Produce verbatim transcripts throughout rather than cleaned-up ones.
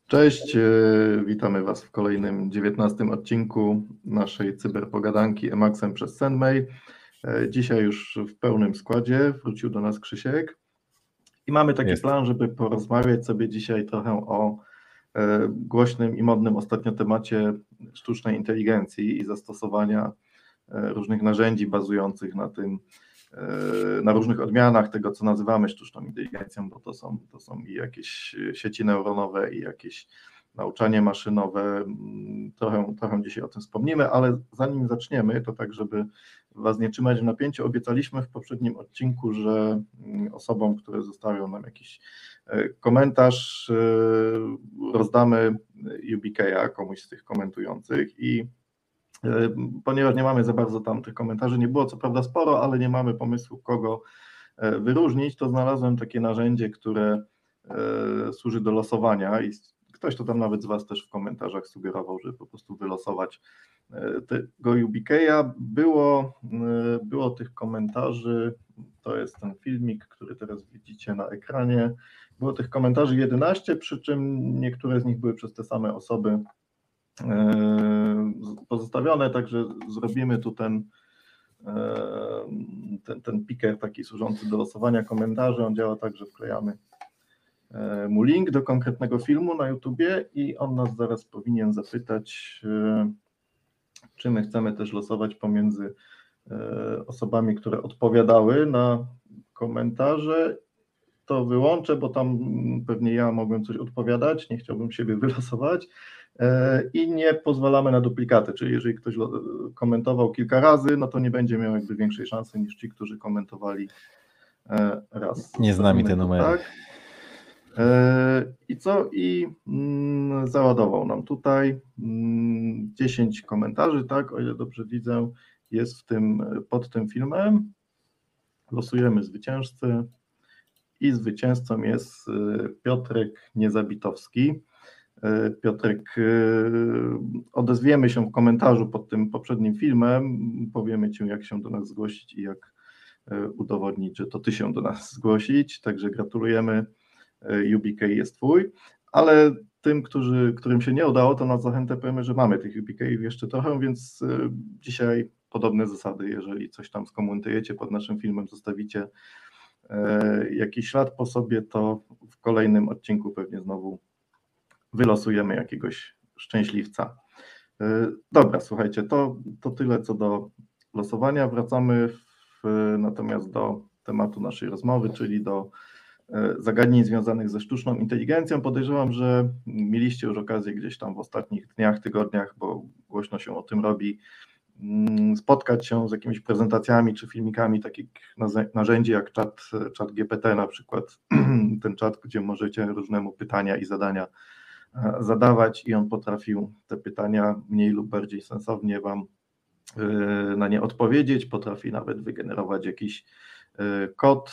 Cześć, e, witamy Was w kolejnym dziewiętnastym odcinku naszej cyberpogadanki Emacsem przez SendMail. E, Dzisiaj już w pełnym składzie wrócił do nas Krzysiek i mamy taki Jest. plan, żeby porozmawiać sobie dzisiaj trochę o e, głośnym i modnym ostatnio temacie sztucznej inteligencji i zastosowania e, różnych narzędzi bazujących na tym, e, na różnych odmianach tego, co nazywamy sztuczną inteligencją, bo to są, to są i jakieś sieci neuronowe, i jakieś nauczanie maszynowe. Trochę, trochę dzisiaj o tym wspomnimy, ale zanim zaczniemy, to tak, żeby Was nie trzymać w napięciu, obiecaliśmy w poprzednim odcinku, że osobom, które zostawią nam jakiś komentarz, rozdamy U B K a komuś z tych komentujących i ponieważ nie mamy za bardzo tam tych komentarzy, nie było co prawda sporo, ale nie mamy pomysłu, kogo wyróżnić, to znalazłem takie narzędzie, które służy do losowania i ktoś to tam nawet z Was też w komentarzach sugerował, żeby po prostu wylosować tego U B K a. Było, było tych komentarzy, to jest ten filmik, który teraz widzicie na ekranie, było tych komentarzy jedenaście, przy czym niektóre z nich były przez te same osoby pozostawione, także zrobimy tu ten, ten, ten picker taki służący do losowania komentarzy. On działa tak, że wklejamy mu link do konkretnego filmu na YouTubie i on nas zaraz powinien zapytać, czy my chcemy też losować pomiędzy osobami, które odpowiadały na komentarze. To wyłączę, bo tam pewnie ja mogłem coś odpowiadać, nie chciałbym siebie wylosować i nie pozwalamy na duplikaty, czyli jeżeli ktoś komentował kilka razy, no to nie będzie miał jakby większej szansy niż ci, którzy komentowali raz. Nie z nami te numery. Tak. I co? I mm, załadował nam tutaj mm, dziesięć komentarzy, tak, o ile dobrze widzę, jest w tym, pod tym filmem. Losujemy zwycięzcę i zwycięzcą jest Piotrek Niezabitowski. Piotrek, odezwiemy się w komentarzu pod tym poprzednim filmem, powiemy Ci, jak się do nas zgłosić i jak udowodnić, że to Ty się do nas zgłosić, także gratulujemy, U B K jest Twój, ale tym, którzy, którym się nie udało, to na zachętę powiemy, że mamy tych U B K jeszcze trochę, więc dzisiaj podobne zasady, jeżeli coś tam skomentujecie pod naszym filmem, zostawicie jakiś ślad po sobie, to w kolejnym odcinku pewnie znowu wylosujemy jakiegoś szczęśliwca. Dobra, słuchajcie, to, to tyle co do losowania. Wracamy w, natomiast do tematu naszej rozmowy, czyli do zagadnień związanych ze sztuczną inteligencją. Podejrzewam, że mieliście już okazję gdzieś tam w ostatnich dniach, tygodniach, bo głośno się o tym robi, spotkać się z jakimiś prezentacjami czy filmikami takich narzędzi jak czat, czat G P T na przykład, ten czat, gdzie możecie różnemu pytania i zadania zadawać i on potrafił te pytania mniej lub bardziej sensownie Wam na nie odpowiedzieć, potrafi nawet wygenerować jakiś kod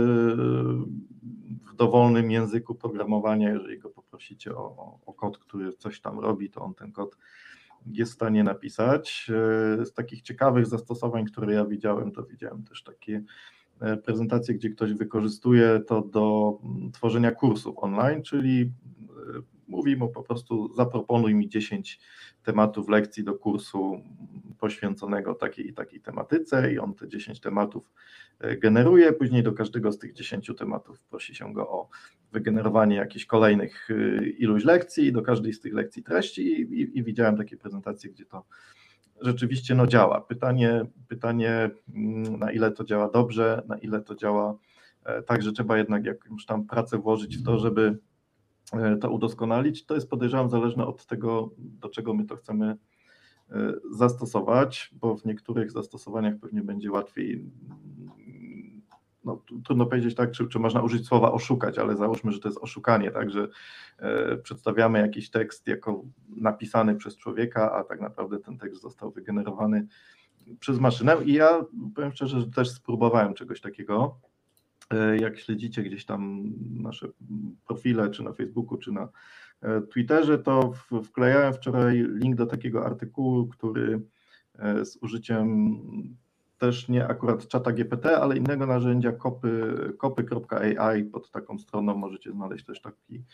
w dowolnym języku programowania. Jeżeli go poprosicie o, o kod, który coś tam robi, to on ten kod jest w stanie napisać. Z takich ciekawych zastosowań, które ja widziałem, to widziałem też takie prezentacje, gdzie ktoś wykorzystuje to do tworzenia kursów online, czyli mówi mu po prostu: zaproponuj mi dziesięć tematów lekcji do kursu poświęconego takiej i takiej tematyce, i on te dziesięć tematów generuje, później do każdego z tych dziesięciu tematów prosi się go o wygenerowanie jakichś kolejnych iluś lekcji i do każdej z tych lekcji treści i, i, i widziałem takie prezentacje, gdzie to rzeczywiście no działa. Pytanie, pytanie, na ile to działa dobrze, na ile to działa tak, że trzeba jednak jakąś tam pracę włożyć w to, żeby to udoskonalić. To jest, podejrzewam, zależne od tego, do czego my to chcemy zastosować, bo w niektórych zastosowaniach pewnie będzie łatwiej, no, trudno powiedzieć tak, czy, czy można użyć słowa oszukać, ale załóżmy, że to jest oszukanie, tak, że e, przedstawiamy jakiś tekst jako napisany przez człowieka, a tak naprawdę ten tekst został wygenerowany przez maszynę i ja powiem szczerze, że też spróbowałem czegoś takiego. Jak śledzicie gdzieś tam nasze profile, czy na Facebooku, czy na Twitterze, to wklejałem wczoraj link do takiego artykułu, który z użyciem też nie akurat czata G P T, ale innego narzędzia kopy, kopy kropka a i, pod taką stroną możecie znaleźć też taki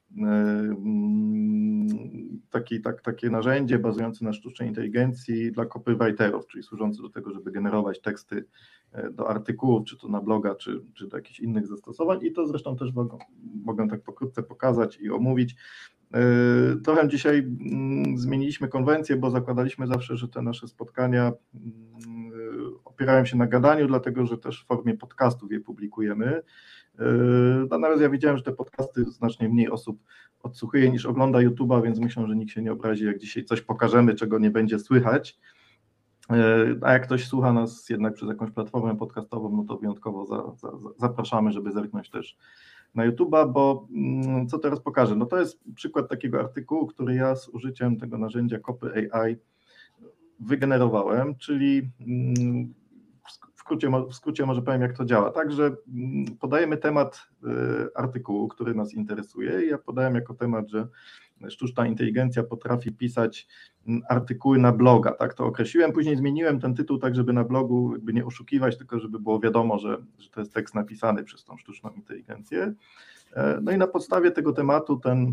taki, tak, takie narzędzie bazujące na sztucznej inteligencji dla copywriterów, czyli służące do tego, żeby generować teksty do artykułów, czy to na bloga, czy, czy do jakichś innych zastosowań i to zresztą też mogę, mogę tak pokrótce pokazać i omówić. Trochę dzisiaj zmieniliśmy konwencję, bo zakładaliśmy zawsze, że te nasze spotkania opierają się na gadaniu, dlatego że też w formie podcastów je publikujemy. Natomiast ja widziałem, że te podcasty znacznie mniej osób odsłuchuje niż ogląda YouTube'a, więc myślę, że nikt się nie obrazi, jak dzisiaj coś pokażemy, czego nie będzie słychać. A jak ktoś słucha nas jednak przez jakąś platformę podcastową, no to wyjątkowo za, za, zapraszamy, żeby zerknąć też na YouTube'a, bo co teraz pokażę? No to jest przykład takiego artykułu, który ja z użyciem tego narzędzia Copy A I wygenerowałem, czyli w skrócie, w skrócie może powiem, jak to działa. Także podajemy temat artykułu, który nas interesuje i ja podałem jako temat, że sztuczna inteligencja potrafi pisać artykuły na bloga, tak to określiłem. Później zmieniłem ten tytuł tak, żeby na blogu jakby nie oszukiwać, tylko żeby było wiadomo, że, że to jest tekst napisany przez tą sztuczną inteligencję. No i na podstawie tego tematu ten,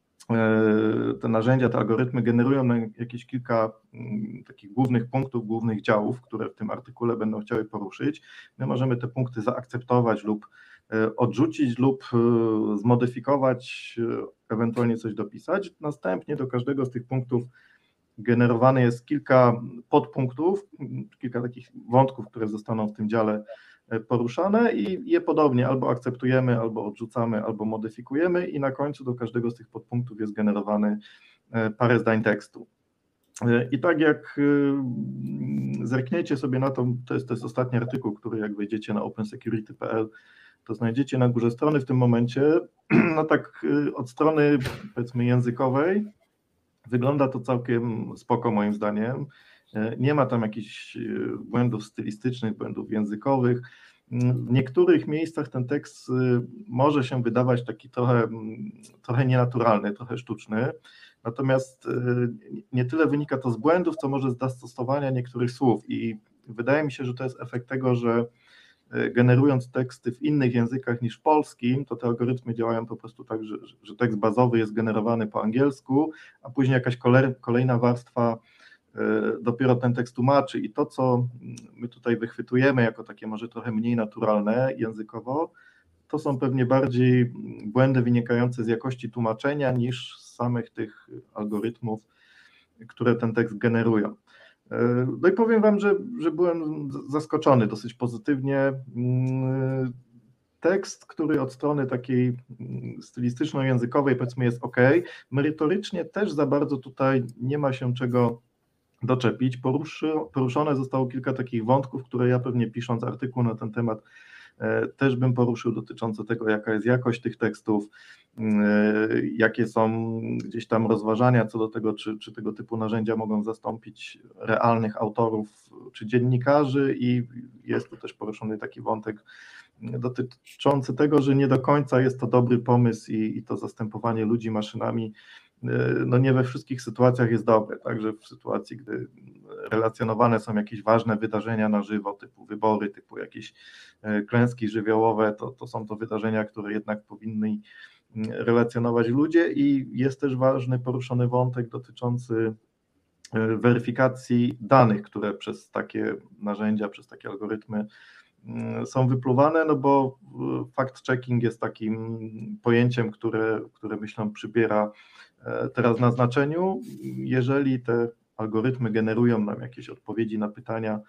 te narzędzia, te algorytmy generują nam jakieś kilka takich głównych punktów, głównych działów, które w tym artykule będą chciały poruszyć. My możemy te punkty zaakceptować lub odrzucić lub zmodyfikować, ewentualnie coś dopisać. Następnie do każdego z tych punktów generowane jest kilka podpunktów, kilka takich wątków, które zostaną w tym dziale poruszane i je podobnie albo akceptujemy, albo odrzucamy, albo modyfikujemy i na końcu do każdego z tych podpunktów jest generowany parę zdań tekstu. I tak jak zerkniecie sobie na to, to jest, to jest ostatni artykuł, który jak wejdziecie na open security kropka p l, to znajdziecie na górze strony w tym momencie, no tak od strony powiedzmy językowej wygląda to całkiem spoko moim zdaniem. Nie ma tam jakichś błędów stylistycznych, błędów językowych. W niektórych miejscach ten tekst może się wydawać taki trochę, trochę nienaturalny, trochę sztuczny, natomiast nie tyle wynika to z błędów, co może z zastosowania niektórych słów i wydaje mi się, że to jest efekt tego, że generując teksty w innych językach niż w polskim, to te algorytmy działają po prostu tak, że, że tekst bazowy jest generowany po angielsku, a później jakaś kolejna warstwa dopiero ten tekst tłumaczy i to, co my tutaj wychwytujemy jako takie może trochę mniej naturalne językowo, to są pewnie bardziej błędy wynikające z jakości tłumaczenia niż z samych tych algorytmów, które ten tekst generują. No i powiem Wam, że, że byłem zaskoczony dosyć pozytywnie. Tekst, który od strony takiej stylistyczno-językowej powiedzmy jest ok, merytorycznie też za bardzo tutaj nie ma się czego doczepić. Poruszy, poruszone zostało kilka takich wątków, które ja pewnie pisząc artykuł na ten temat też bym poruszył, dotyczące tego, jaka jest jakość tych tekstów, jakie są gdzieś tam rozważania co do tego, czy, czy tego typu narzędzia mogą zastąpić realnych autorów czy dziennikarzy i jest tu też poruszony taki wątek dotyczący tego, że nie do końca jest to dobry pomysł i, i to zastępowanie ludzi maszynami no nie we wszystkich sytuacjach jest dobre, także w sytuacji, gdy relacjonowane są jakieś ważne wydarzenia na żywo, typu wybory, typu jakieś klęski żywiołowe, to, to są to wydarzenia, które jednak powinni relacjonować ludzie i jest też ważny poruszony wątek dotyczący weryfikacji danych, które przez takie narzędzia, przez takie algorytmy są wypluwane, no bo fact-checking jest takim pojęciem, które, które myślę przybiera teraz na znaczeniu. Jeżeli te algorytmy generują nam jakieś odpowiedzi na pytania,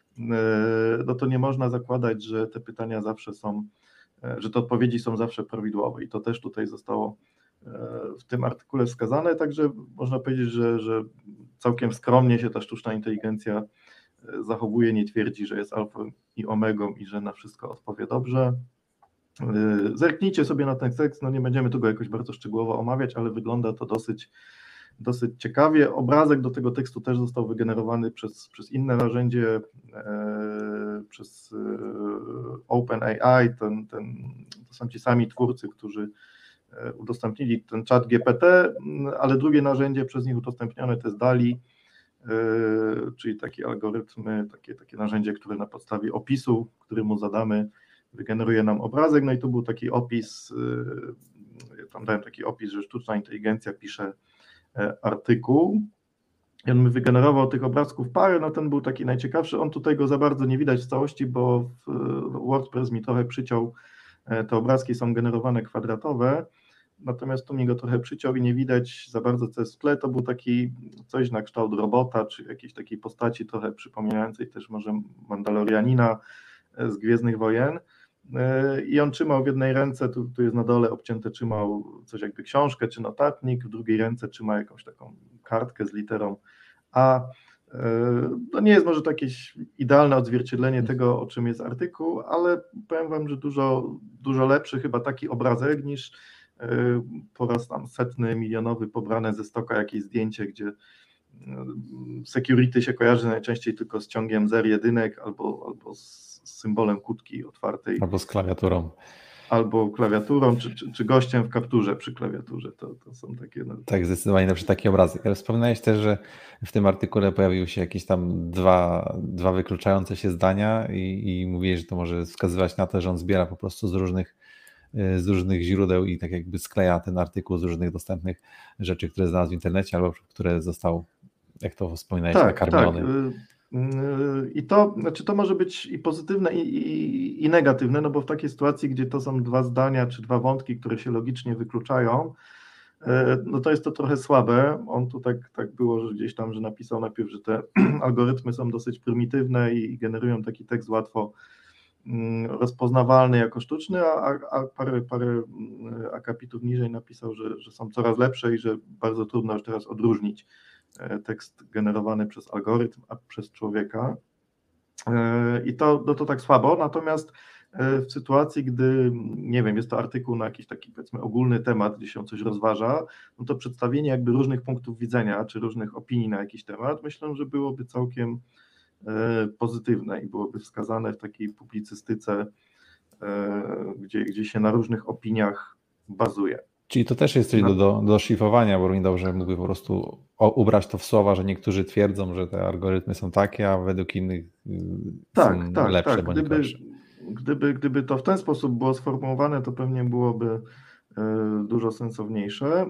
no to nie można zakładać, że te pytania zawsze są, że te odpowiedzi są zawsze prawidłowe i to też tutaj zostało w tym artykule wskazane, także można powiedzieć, że, że całkiem skromnie się ta sztuczna inteligencja zachowuje, nie twierdzi, że jest alfą i omegą i że na wszystko odpowie dobrze. Zerknijcie sobie na ten tekst, no nie będziemy tego jakoś bardzo szczegółowo omawiać, ale wygląda to dosyć, dosyć ciekawie. Obrazek do tego tekstu też został wygenerowany przez, przez inne narzędzie, e, przez OpenAI, ten, ten, to są ci sami twórcy, którzy udostępnili ten czat G P T, ale drugie narzędzie przez nich udostępnione to jest DALL-E, czyli takie algorytmy, takie, takie narzędzie, które na podstawie opisu, który mu zadamy, wygeneruje nam obrazek, no i tu był taki opis, tam dałem taki opis, że sztuczna inteligencja pisze artykuł i on mi wygenerował tych obrazków parę, no ten był taki najciekawszy, on tutaj go za bardzo nie widać w całości, bo WordPress mi trochę przyciął, te obrazki są generowane kwadratowe, natomiast tu mi go trochę przyciął i nie widać za bardzo, co jest w tle. To był taki coś na kształt robota, czy jakiejś takiej postaci trochę przypominającej też może Mandalorianina z Gwiezdnych Wojen. I on trzymał w jednej ręce, tu, tu jest na dole obcięte, trzymał coś jakby książkę czy notatnik, w drugiej ręce trzyma jakąś taką kartkę z literą A. To nie jest może to jakieś idealne odzwierciedlenie tego, o czym jest artykuł, ale powiem Wam, że dużo, dużo lepszy chyba taki obrazek niż po raz tam setny, milionowy pobrane ze stoka jakieś zdjęcie, gdzie security się kojarzy najczęściej tylko z ciągiem zer jedynek albo, albo z symbolem kłódki otwartej. Albo z klawiaturą. Albo klawiaturą, czy, czy, czy gościem w kapturze przy klawiaturze. To, to są takie... No... Tak, zdecydowanie lepszy taki obrazek. Ale wspominałeś też, że w tym artykule pojawiły się jakieś tam dwa, dwa wykluczające się zdania i, i mówiłeś, że to może wskazywać na to, że on zbiera po prostu z różnych z różnych źródeł i tak jakby skleja ten artykuł z różnych dostępnych rzeczy, które znalazł w internecie albo które został, jak to wspominałeś, tak, nakarmiony. Tak. I to, znaczy to może być i pozytywne, i, i, i negatywne, no bo w takiej sytuacji, gdzie to są dwa zdania czy dwa wątki, które się logicznie wykluczają, no to jest to trochę słabe. On tu tak, tak było, że gdzieś tam, że napisał najpierw, że te algorytmy są dosyć prymitywne i generują taki tekst łatwo rozpoznawalny jako sztuczny, a, a parę, parę akapitów niżej napisał, że, że są coraz lepsze i że bardzo trudno już teraz odróżnić tekst generowany przez algorytm, a przez człowieka. I to, no to tak słabo, natomiast w sytuacji, gdy, nie wiem, jest to artykuł na jakiś taki, powiedzmy, ogólny temat, gdzie się coś rozważa, no to przedstawienie jakby różnych punktów widzenia, czy różnych opinii na jakiś temat, myślę, że byłoby całkiem pozytywne i byłoby wskazane w takiej publicystyce, gdzie, gdzie się na różnych opiniach bazuje. Czyli to też jest coś do, do, do szlifowania, bo równie dobrze mógłby po prostu ubrać to w słowa, że niektórzy twierdzą, że te algorytmy są takie, a według innych tak, są tak, lepsze, tak. bądź Gdyby, gorsze. Gdyby, gdyby to w ten sposób było sformułowane, to pewnie byłoby dużo sensowniejsze.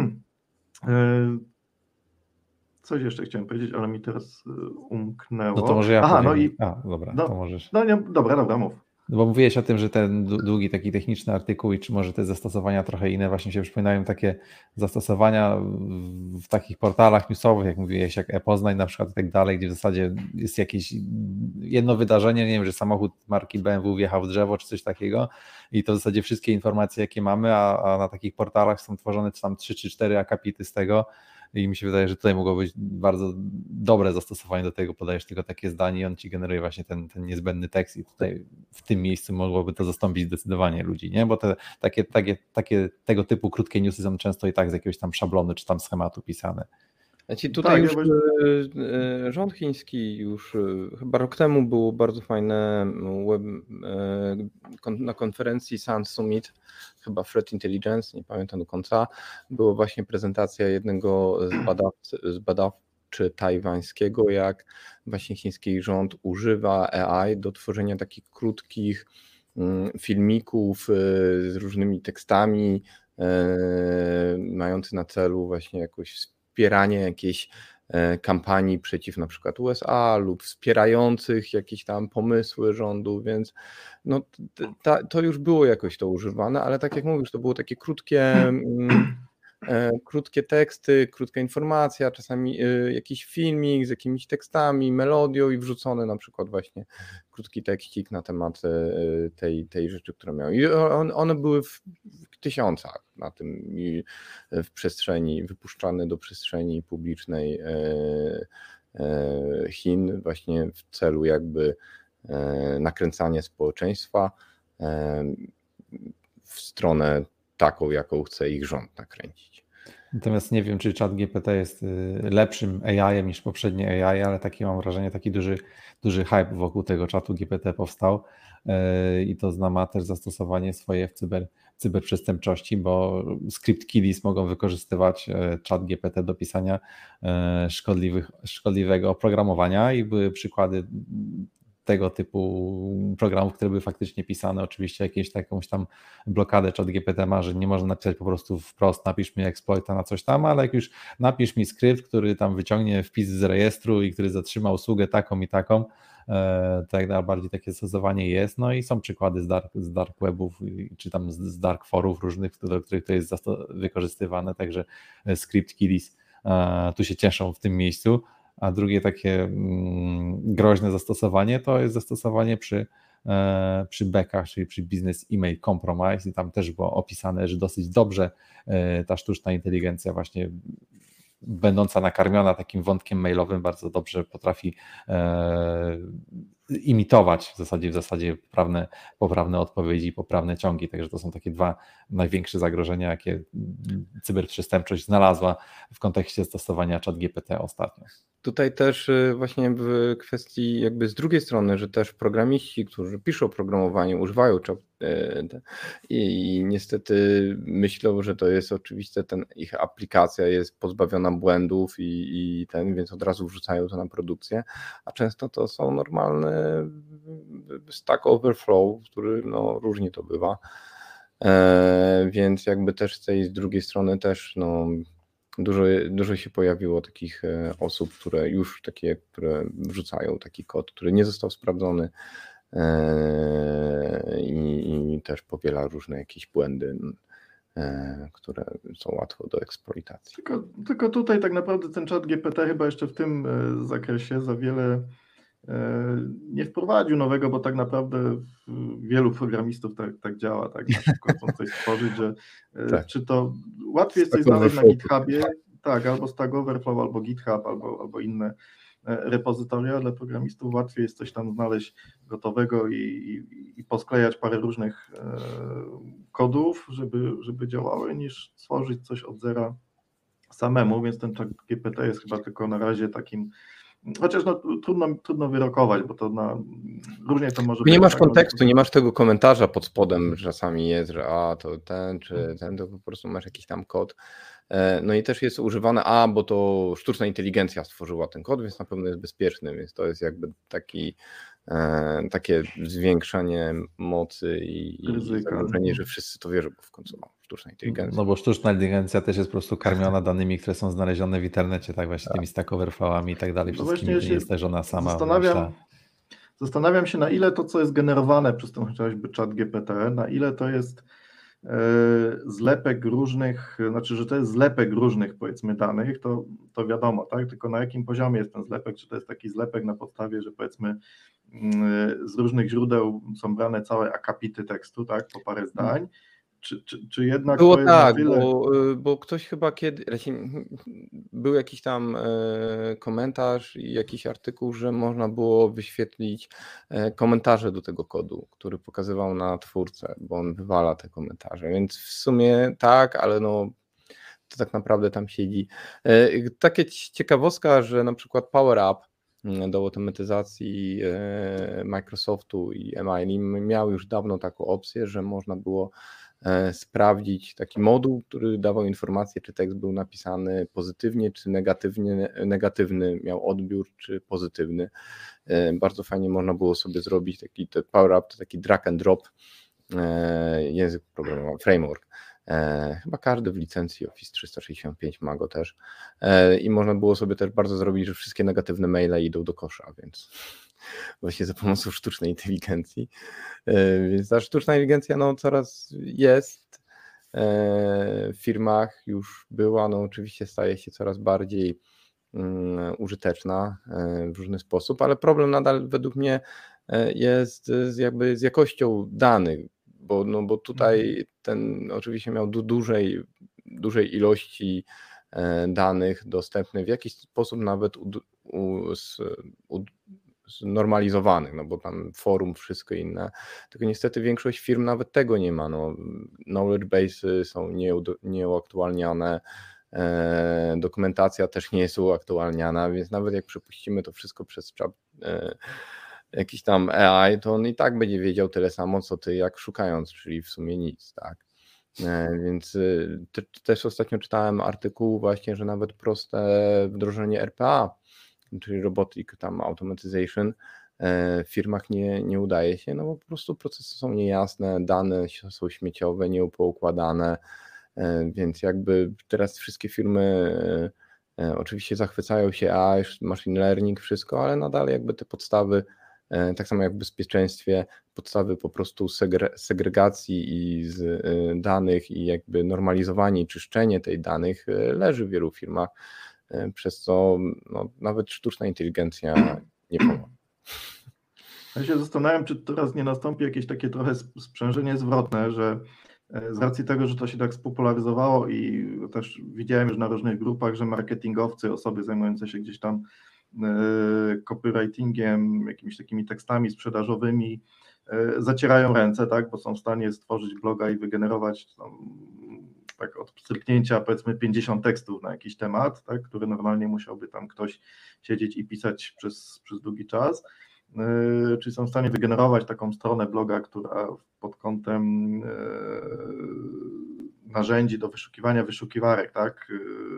Coś jeszcze chciałem powiedzieć, ale mi teraz umknęło. No to może ja Aha, powiem. no i... A, dobra, no, to możesz. No nie, dobra, dobra, mów. No bo mówiłeś o tym, że ten długi taki techniczny artykuł i czy może te zastosowania trochę inne, właśnie się przypominają takie zastosowania w takich portalach newsowych, jak mówiłeś, jak e-Poznań na przykład i tak dalej, gdzie w zasadzie jest jakieś jedno wydarzenie, nie wiem, że samochód marki B M W wjechał w drzewo czy coś takiego i to w zasadzie wszystkie informacje, jakie mamy, a, a na takich portalach są tworzone tam trzy czy cztery akapity z tego. I mi się wydaje, że tutaj mogło być bardzo dobre zastosowanie do tego, podajesz tylko takie zdanie i on ci generuje właśnie ten, ten niezbędny tekst i tutaj w tym miejscu mogłoby to zastąpić zdecydowanie ludzi, nie? Bo te takie, takie, takie tego typu krótkie newsy są często i tak z jakiegoś tam szablonu czy tam schematu pisane. Znaczy tutaj tak, już ja właśnie... rząd chiński już chyba rok temu było bardzo fajne web, na konferencji Sun Summit, chyba Threat Intelligence, nie pamiętam do końca, była właśnie prezentacja jednego z badawcy, z badawcy tajwańskiego, jak właśnie chiński rząd używa A I do tworzenia takich krótkich filmików z różnymi tekstami, mający na celu właśnie jakoś wspieranie jakiejś kampanii przeciw na przykład U S A lub wspierających jakieś tam pomysły rządu, więc no, ta, to już było jakoś to używane, ale tak jak mówisz, to było takie krótkie, krótkie teksty, krótka informacja, czasami jakiś filmik z jakimiś tekstami, melodią i wrzucony na przykład właśnie krótki tekstik na temat tej, tej rzeczy, które miały. I one były w tysiącach na tym w przestrzeni, wypuszczane do przestrzeni publicznej Chin właśnie w celu jakby nakręcania społeczeństwa w stronę taką, jaką chce ich rząd nakręcić. Natomiast nie wiem, czy ChatGPT jest lepszym A I-em niż poprzednie A I, ale taki mam wrażenie, taki duży, duży hype wokół tego czatu G P T powstał i to zna ma też zastosowanie swoje w cyber, cyberprzestępczości, bo script kiddies mogą wykorzystywać czat G P T do pisania szkodliwych, szkodliwego oprogramowania i były przykłady tego typu programów, które były faktycznie pisane, oczywiście jakieś jakąś tam blokadę ChatGPT ma, że nie można napisać po prostu wprost, napisz mi exploita na coś tam, ale jak już napisz mi skrypt, który tam wyciągnie wpis z rejestru i który zatrzyma usługę taką i taką, to jak najbardziej takie stosowanie jest, no i są przykłady z dark, z dark webów, czy tam z dark forów różnych, do których to jest wykorzystywane, także script kiddies tu się cieszą w tym miejscu, a drugie takie groźne zastosowanie to jest zastosowanie przy, przy bekach, czyli przy business email compromise i tam też było opisane, że dosyć dobrze ta sztuczna inteligencja właśnie będąca nakarmiona takim wątkiem mailowym bardzo dobrze potrafi e, imitować w zasadzie w zasadzie poprawne, poprawne odpowiedzi, poprawne ciągi, także to są takie dwa największe zagrożenia, jakie cyberprzestępczość znalazła w kontekście stosowania ChatGPT ostatnio. Tutaj też właśnie w kwestii jakby z drugiej strony, że też programiści, którzy piszą oprogramowanie, używają i niestety myślą, że to jest oczywiste, ten ich aplikacja jest pozbawiona błędów i, i ten, więc od razu wrzucają to na produkcję, a często to są normalne Stack Overflow, który no różnie to bywa, e, więc jakby też z tej z drugiej strony też no Dużo, dużo się pojawiło takich osób, które już takie, które wrzucają taki kod, który nie został sprawdzony i, i też powiela różne jakieś błędy, które są łatwo do eksploitacji. Tylko, tylko tutaj tak naprawdę ten ChatGPT chyba jeszcze w tym zakresie za wiele nie wprowadził nowego, bo tak naprawdę wielu programistów tak, tak działa, tak na szybko chcą coś stworzyć, że tak. Czy to łatwiej jest coś znaleźć na GitHubie, tak, albo Stack Overflow, albo GitHub, albo, albo inne repozytoria dla programistów, łatwiej jest coś tam znaleźć gotowego i, i, i posklejać parę różnych e, kodów, żeby, żeby działały, niż stworzyć coś od zera samemu, więc ten ChatGPT jest chyba tylko na razie takim. Chociaż no, trudno, trudno wyrokować, bo to na, różnie to może być. Nie masz tak, kontekstu, nie masz tego komentarza pod spodem, że czasami jest, że a to ten czy ten, to po prostu masz jakiś tam kod. No i też jest używane, a bo to sztuczna inteligencja stworzyła ten kod, więc na pewno jest bezpieczny, więc to jest jakby taki, e, takie zwiększanie mocy i, i zagrożenie, że wszyscy to wierzą, bo w końcu no, sztuczna inteligencja. No bo sztuczna inteligencja też jest po prostu karmiona danymi, które są znalezione w internecie, tak właśnie tymi Stack Overflowami i tak dalej, no wszystkimi, to nie jest też, że ona sama zastanawiam, myśla. zastanawiam się, na ile to, co jest generowane przez ten chociażby ChatGPT, na ile to jest zlepek różnych, znaczy, że to jest zlepek różnych, powiedzmy, danych, to, to wiadomo, tak? Tylko na jakim poziomie jest ten zlepek, czy to jest taki zlepek na podstawie, że powiedzmy z różnych źródeł są brane całe akapity tekstu, tak? Po parę zdań, czy, czy, czy jednak było to jest tak, na tyle... bo, bo ktoś chyba kiedy, był jakiś tam komentarz i jakiś artykuł, że można było wyświetlić komentarze do tego kodu, który pokazywał na twórcę, bo on wywala te komentarze, więc w sumie tak, ale no to tak naprawdę tam siedzi. Takie ciekawostka, że na przykład Power Up do automatyzacji Microsoftu i Emily miał już dawno taką opcję, że można było sprawdzić taki moduł, który dawał informację, czy tekst był napisany pozytywnie, czy negatywnie, negatywny miał odbiór, czy pozytywny. Bardzo fajnie można było sobie zrobić taki Power Up, to taki drag and drop język programowy, framework. Chyba każdy w licencji Office trzysta sześćdziesiąt pięć ma go też i można było sobie też bardzo zrobić, że wszystkie negatywne maile idą do kosza, więc właśnie za pomocą sztucznej inteligencji. Więc ta sztuczna inteligencja no, coraz jest w firmach, już była, no oczywiście staje się coraz bardziej użyteczna w różny sposób, ale problem nadal według mnie jest z, jakby z jakością danych, bo, no, bo tutaj ten oczywiście miał du, dużej, dużej ilości danych dostępnych, w jakiś sposób nawet u, u, u, znormalizowanych, no bo tam forum, wszystko inne, tylko niestety większość firm nawet tego nie ma, no, knowledge base są nieuaktualniane, e, dokumentacja też nie jest uaktualniana, więc nawet jak przepuścimy to wszystko przez e, jakiś tam A I, to on i tak będzie wiedział tyle samo, co ty, jak szukając, czyli w sumie nic, tak. E, więc te, też ostatnio czytałem artykuł właśnie, że nawet proste wdrożenie R P A, czyli robotic tam automatization, w firmach nie, nie udaje się, no bo po prostu procesy są niejasne, dane są śmieciowe, niepoukładane, więc jakby teraz wszystkie firmy oczywiście zachwycają się, a już machine learning, wszystko, ale nadal jakby te podstawy, tak samo jak w bezpieczeństwie, podstawy po prostu segre, segregacji i z danych i jakby normalizowanie i czyszczenie tej danych leży w wielu firmach, przez co no, nawet sztuczna inteligencja nie pomoże. Ja się zastanawiam, czy teraz nie nastąpi jakieś takie trochę sprzężenie zwrotne, że z racji tego, że to się tak spopularyzowało i też widziałem już na różnych grupach, że marketingowcy, osoby zajmujące się gdzieś tam copywritingiem, jakimiś takimi tekstami sprzedażowymi zacierają ręce, tak, bo są w stanie stworzyć bloga i wygenerować tam, tak od stryknięcia powiedzmy pięćdziesiąt tekstów na jakiś temat, tak, który normalnie musiałby tam ktoś siedzieć i pisać przez, przez długi czas. Czyli są w stanie wygenerować taką stronę bloga, która pod kątem narzędzi do wyszukiwania wyszukiwarek, tak,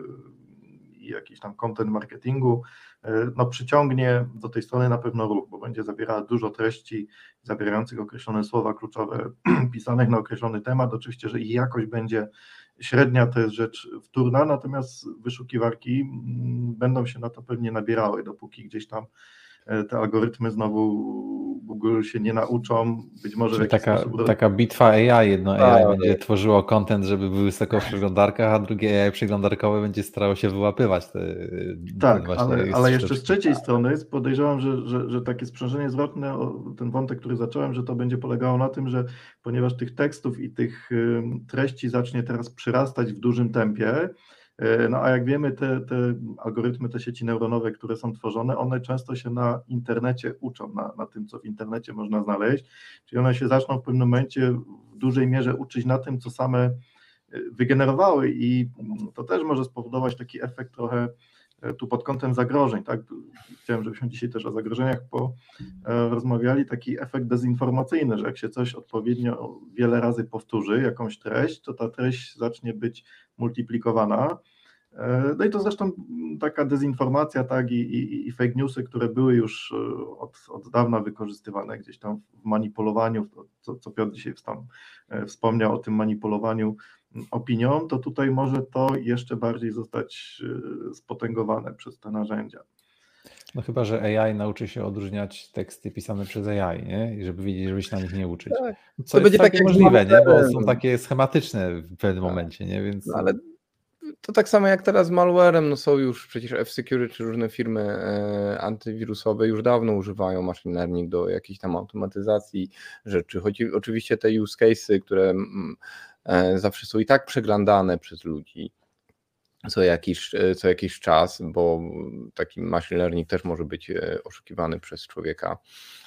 i jakiś tam content marketingu, no przyciągnie do tej strony na pewno ruch, bo będzie zawierała dużo treści zawierających określone słowa kluczowe, pisanych na określony temat. Oczywiście, że ich jakość będzie średnia, to jest rzecz wtórna, natomiast wyszukiwarki będą się na to pewnie nabierały, dopóki gdzieś tam te algorytmy znowu Google się nie nauczą, być może Czyli w jakiś taka, sposób... taka bitwa A I, jedno A I A, będzie tworzyło content, żeby był wysoko w przeglądarkach, a drugie A I przeglądarkowe będzie starało się wyłapywać te, Tak, ten właśnie ale, ale jeszcze z sztuczki. trzeciej strony podejrzewam, że, że, że takie sprzężenie zwrotne, o, ten wątek, który zacząłem, że to będzie polegało na tym, że ponieważ tych tekstów i tych treści zacznie teraz przyrastać w dużym tempie, no a jak wiemy, te, te algorytmy, te sieci neuronowe, które są tworzone, one często się na internecie uczą, na, na tym, co w internecie można znaleźć, czyli one się zaczną w pewnym momencie w dużej mierze uczyć na tym, co same wygenerowały i to też może spowodować taki efekt trochę tu pod kątem zagrożeń, tak? Chciałem, żebyśmy dzisiaj też o zagrożeniach porozmawiali, taki efekt dezinformacyjny, że jak się coś odpowiednio wiele razy powtórzy, jakąś treść, to ta treść zacznie być multiplikowana. No i to zresztą taka dezinformacja, tak, i, i, i fake newsy, które były już od, od dawna wykorzystywane gdzieś tam w manipulowaniu, co, co Piotr dzisiaj tam wspomniał o tym manipulowaniu opinią, to tutaj może to jeszcze bardziej zostać spotęgowane przez te narzędzia. No chyba, że A I nauczy się odróżniać teksty pisane przez A I, nie? I żeby wiedzieć, żeby się na nich nie uczyć. Tak. Co To jest będzie tak całkiem jak z możliwe, nie? Bo malwarem. są takie schematyczne w pewnym Tak. momencie, nie? Więc... No ale to tak samo jak teraz z malwarem, no są już przecież F-Security czy różne firmy e, antywirusowe już dawno używają machine learning do jakiejś tam automatyzacji rzeczy. Chodzi oczywiście te use cases, które mm, e, zawsze są i tak przeglądane przez ludzi co jakiś, co jakiś czas, bo taki machine learning też może być oszukiwany przez człowieka.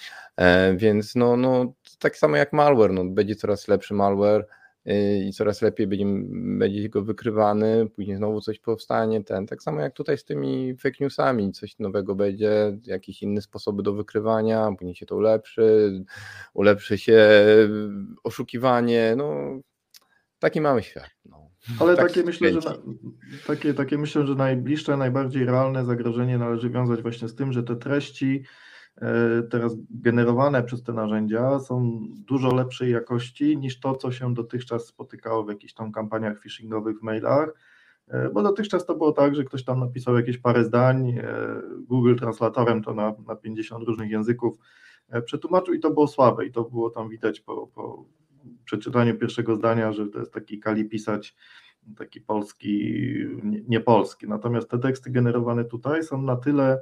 E, więc no, no tak samo jak malware, no, będzie coraz lepszy malware i coraz lepiej będzie, będzie go wykrywany, później znowu coś powstanie, ten, tak samo jak tutaj z tymi fake newsami, coś nowego będzie, jakieś inne sposoby do wykrywania, później się to ulepszy, ulepszy się oszukiwanie, no taki mamy świat. No. Ale tak takie myślę, że na, takie, takie myślę, że najbliższe, najbardziej realne zagrożenie należy wiązać właśnie z tym, że te treści teraz generowane przez te narzędzia są dużo lepszej jakości niż to, co się dotychczas spotykało w jakichś tam kampaniach phishingowych w mailach, bo dotychczas to było tak, że ktoś tam napisał jakieś parę zdań, Google Translatorem to na, na pięćdziesiąt różnych języków przetłumaczył i to było słabe i to było tam widać po, po przeczytaniu pierwszego zdania, że to jest taki Kali pisać, taki polski, nie, nie polski, natomiast te teksty generowane tutaj są na tyle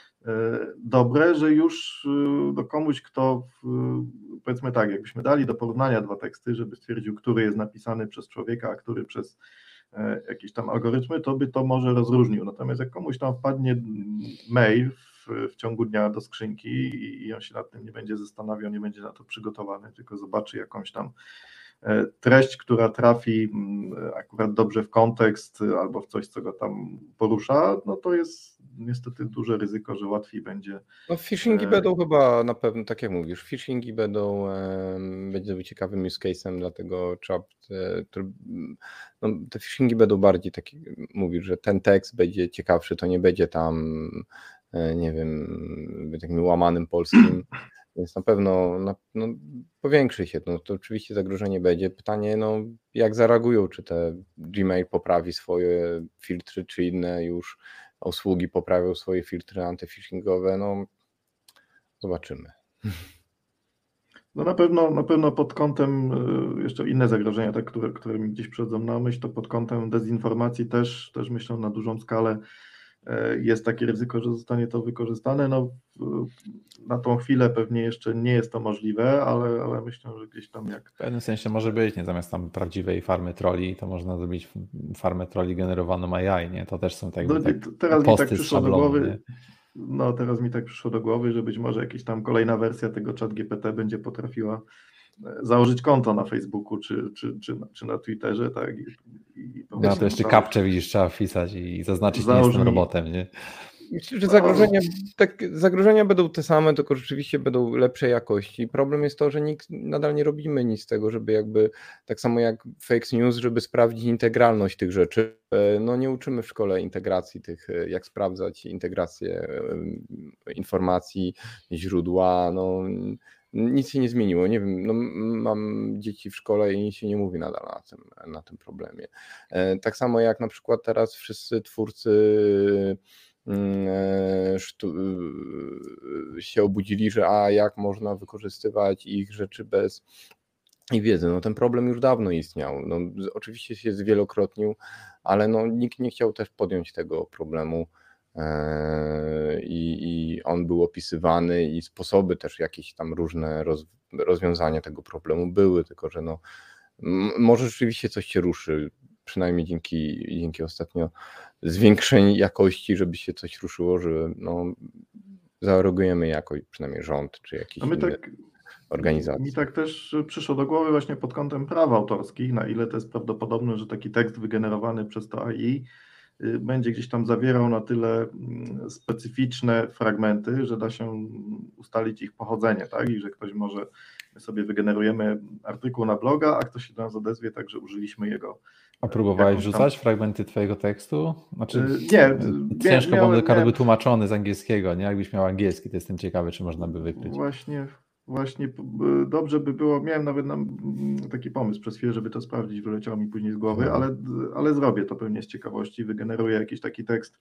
dobre, że już do komuś, kto powiedzmy tak, jakbyśmy dali do porównania dwa teksty, żeby stwierdził, który jest napisany przez człowieka, a który przez jakieś tam algorytmy, to by to może rozróżnił. Natomiast jak komuś tam wpadnie mail w, w ciągu dnia do skrzynki i on się nad tym nie będzie zastanawiał, nie będzie na to przygotowany, tylko zobaczy jakąś tam treść, która trafi akurat dobrze w kontekst albo w coś, co go tam porusza, no to jest niestety duże ryzyko, że łatwiej będzie. No phishingi e... będą chyba na pewno, tak jak mówisz, phishingi będą, e, będzie ciekawym use case'em, dlatego trzeba, e, to, no, te phishingi będą bardziej takie, mówisz, że ten tekst będzie ciekawszy, to nie będzie tam nie wiem, takim łamanym polskim, więc na pewno na, no, powiększy się. No, to oczywiście zagrożenie będzie. Pytanie, no, jak zareagują, czy te Gmail poprawi swoje filtry, czy inne już usługi poprawią swoje filtry antyphishingowe, no zobaczymy. No na pewno, na pewno pod kątem y, jeszcze inne zagrożenia, tak, które, które mi gdzieś przychodzą na myśl, to pod kątem dezinformacji też, też myślę na dużą skalę y, jest takie ryzyko, że zostanie to wykorzystane. No, w- na tą chwilę pewnie jeszcze nie jest to możliwe, ale, ale myślę, że gdzieś tam jak W pewnym sensie może być, nie? Zamiast tam prawdziwej farmy troli, to można zrobić farmę troli generowaną A I, nie? To też są tak, no, jakby nie, tak teraz mi posty tak z przyszło do szablonu, głowy, nie? no teraz mi tak przyszło do głowy, że być może jakaś tam kolejna wersja tego ChatGPT będzie potrafiła e, założyć konto na Facebooku czy, czy, czy, na- czy na Twitterze, tak, i, i No powiedzmy, to jeszcze załóż- kapcze widzisz, trzeba wpisać i zaznaczyć, nie Załóż jestem mi- robotem, nie? Myślę, że No. zagrożenia, tak, zagrożenia będą te same, tylko rzeczywiście będą lepszej jakości. Problem jest to, że nikt nadal nie robimy nic z tego, żeby jakby, tak samo jak fake news, żeby sprawdzić integralność tych rzeczy. E, No nie uczymy w szkole integracji tych, e, jak sprawdzać integrację e, informacji, źródła, no nic się nie zmieniło. Nie wiem, no, mam dzieci w szkole i nic się nie mówi nadal na tym, na tym problemie. E, Tak samo jak na przykład teraz wszyscy twórcy mm, sztu- się obudzili, że a jak można wykorzystywać ich rzeczy bez ich wiedzy. No ten problem już dawno istniał. No, z- oczywiście się zwielokrotnił, ale no, nikt nie chciał też podjąć tego problemu. e, I, I on był opisywany i sposoby też jakieś tam różne roz, rozwiązania tego problemu były, tylko że no m- może rzeczywiście coś się ruszy, przynajmniej dzięki, dzięki ostatnio zwiększeniu jakości, żeby się coś ruszyło, że no, zareagujemy jakoś, przynajmniej rząd czy jakieś A my inne tak, organizacje. mi tak też przyszło do głowy właśnie pod kątem praw autorskich, na ile to jest prawdopodobne, że taki tekst wygenerowany przez to A I y, będzie gdzieś tam zawierał na tyle mm, specyficzne fragmenty, że da się ustalić ich pochodzenie, tak? I że ktoś może, my sobie wygenerujemy artykuł na bloga, a ktoś się do nas odezwie, tak, że użyliśmy jego. A próbowałeś jakąś tam- wrzucać fragmenty twojego tekstu? Znaczy, Y, nie, e, mia- ciężko, bo miałem- on każdy miałem- był tłumaczony z angielskiego, nie? Jakbyś miał angielski, to jestem ciekawy, czy można by wykryć. Właśnie, właśnie p- b- dobrze by było, miałem nawet nam mm, taki pomysł przez chwilę, żeby to sprawdzić, wyleciało mi później z głowy, Mhm. ale, ale zrobię to pewnie z ciekawości, wygeneruję jakiś taki tekst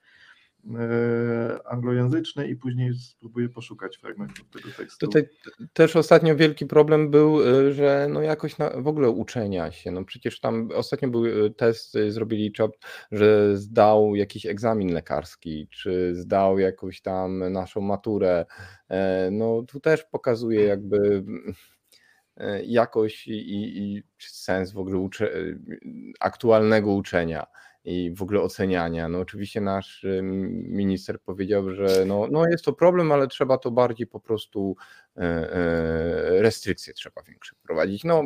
e, anglojęzyczny i później spróbuję poszukać fragmentów tego tekstu. Tutaj t- też ostatnio wielki problem był, y, że no jakoś na, w ogóle uczenia się, no przecież tam ostatnio był y, test, y, zrobili czop, że zdał jakiś egzamin lekarski, czy zdał jakąś tam naszą maturę, E, no tu też pokazuje jakby mm, e, jakość i, i, i sens w ogóle ucze, y, aktualnego uczenia i w ogóle oceniania. No oczywiście nasz y, minister powiedział, że no, no jest to problem, ale trzeba to bardziej po prostu e, e, restrykcje trzeba większe prowadzić. No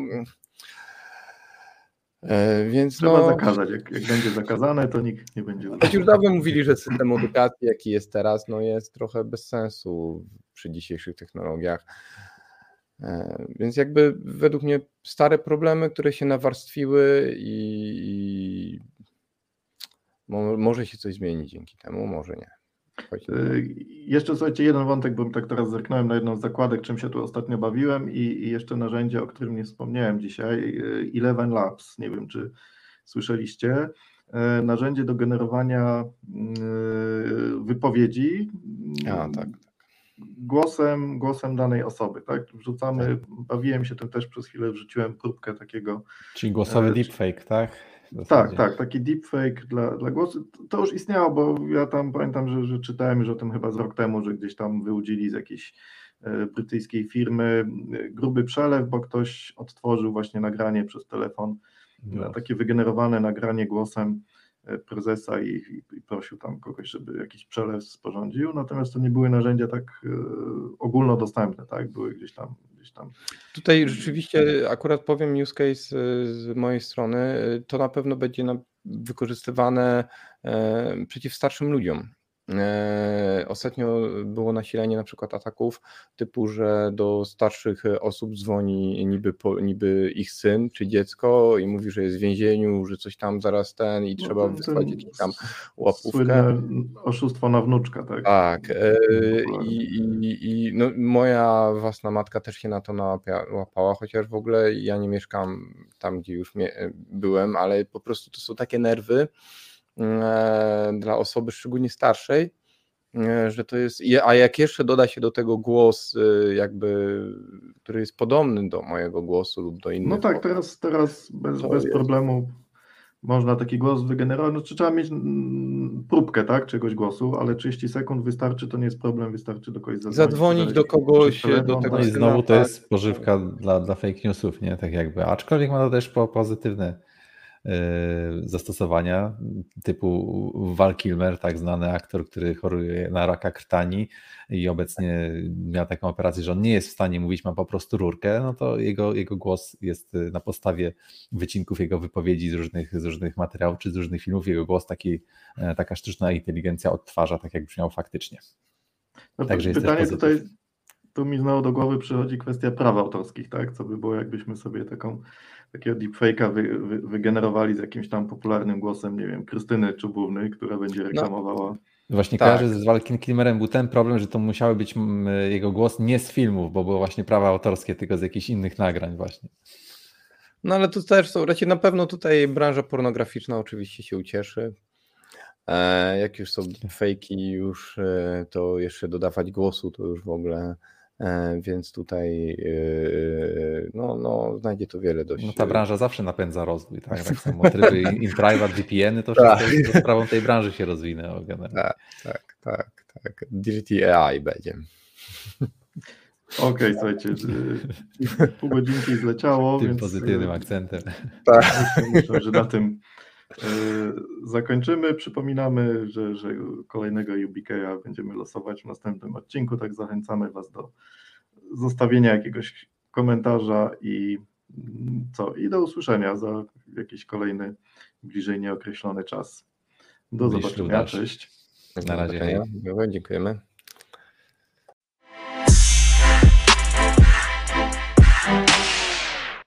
e, więc Trzeba no, zakazać, jak, jak będzie zakazane, to nikt nie będzie choć używał. już dawno mówili, że system edukacji, jaki jest teraz, no jest trochę bez sensu przy dzisiejszych technologiach. E, Więc jakby według mnie stare problemy, które się nawarstwiły i, i mo, może się coś zmieni dzięki temu, może nie. Choć, Y, Jeszcze słuchajcie, jeden wątek, bo tak teraz zerknąłem na jedną z zakładek, czym się tu ostatnio bawiłem i, i jeszcze narzędzie, o którym nie wspomniałem dzisiaj, y, Eleven Labs, nie wiem czy słyszeliście, Y, narzędzie do generowania y, wypowiedzi a y, tak. głosem, głosem danej osoby, tak? Wrzucamy, bawiłem się tym też przez chwilę, wrzuciłem próbkę takiego. Czyli głosowy E, deepfake, tak? W Tak, zasadzie. tak, taki deepfake dla, dla głosu. To już istniało, bo ja tam pamiętam, że, że czytałem już o tym chyba z rok temu, że gdzieś tam wyłudzili z jakiejś e, brytyjskiej firmy e, gruby przelew, bo ktoś odtworzył właśnie nagranie przez telefon, Było. na takie wygenerowane nagranie głosem e, prezesa i, i, i prosił tam kogoś, żeby jakiś przelew sporządził, natomiast to nie były narzędzia tak e, ogólnodostępne, tak, były gdzieś tam, gdzieś tam. Tutaj rzeczywiście akurat powiem use case y, z mojej strony, y, to na pewno będzie na, wykorzystywane e, przeciw starszym ludziom. E, Ostatnio było nasilenie na przykład ataków typu, że do starszych osób dzwoni niby, po, niby ich syn czy dziecko i mówi, że jest w więzieniu, że coś tam zaraz ten i No trzeba ten, wysłać ten jakąś tam s- łapówkę. słynne oszustwo na wnuczka, tak? Tak, e, Popularne. i, i, i no, moja własna matka też się na to nałapia- łapała, chociaż w ogóle ja nie mieszkam tam, gdzie już mie- byłem, ale po prostu to są takie nerwy e, dla osoby szczególnie starszej, e, że to jest, a jak jeszcze doda się do tego głos e, jakby, który jest podobny do mojego głosu lub do innych No tak, osób, teraz, teraz bez, to bez jest. problemu można taki głos wygenerować. No, czy trzeba mieć mm, próbkę, tak, czegoś głosu, ale trzydzieści sekund wystarczy, to nie jest problem, wystarczy do kogoś zadzwonić. Zadzwonić do podać kogoś, przez telefon, do tego No i tak. znowu to syna, jest spożywka dla, dla fake newsów, nie? Tak jakby. Aczkolwiek ma to też po, pozytywne yy, zastosowania, typu Val Kilmer, tak znany aktor, który choruje na raka krtani i obecnie miał taką operację, że on nie jest w stanie mówić, ma po prostu rurkę, no to jego, jego głos jest na podstawie wycinków jego wypowiedzi z różnych, z różnych materiałów czy z różnych filmów, jego głos taki, taka sztuczna inteligencja odtwarza, tak jak brzmiał faktycznie. No to Także jest też pytanie pozytyw. tutaj, tu mi znowu do głowy przychodzi kwestia praw autorskich, tak? Co by było, jakbyśmy sobie taką, takiego deepfake'a wy, wy, wygenerowali z jakimś tam popularnym głosem, nie wiem, Krystyny Czubówny, która będzie reklamowała. Właśnie Tak. kojarzę z Walkiem Kilmerem był ten problem, że to musiały być mm, jego głos nie z filmów, bo były właśnie prawa autorskie, tylko z jakichś innych nagrań właśnie. No ale tu też są, raczej na pewno tutaj branża pornograficzna oczywiście się ucieszy. E, jak już są fejki już, e, to jeszcze dodawać głosu to już w ogóle, e, więc tutaj e, no, no, znajdzie to wiele dość. No ta branża zawsze napędza rozwój, tak? Tak samo tryby in, in private, V P N-y, to Tak. wszystko jest sprawą tej branży się rozwinęło generalnie. Tak, tak, tak, tak. Dirty A I będzie. Okej, okay, słuchajcie, y, pół godzinki zleciało, Tym więc pozytywnym y, akcentem. Tak. myślę, myślę, że na tym y, zakończymy. Przypominamy, że, że kolejnego U B K a będziemy losować w następnym odcinku, tak zachęcamy Was do zostawienia jakiegoś komentarza i co? I do usłyszenia za jakiś kolejny, bliżej nieokreślony czas. Do Bliższy zobaczenia, dalszy. cześć. Na razie. Dziękujemy.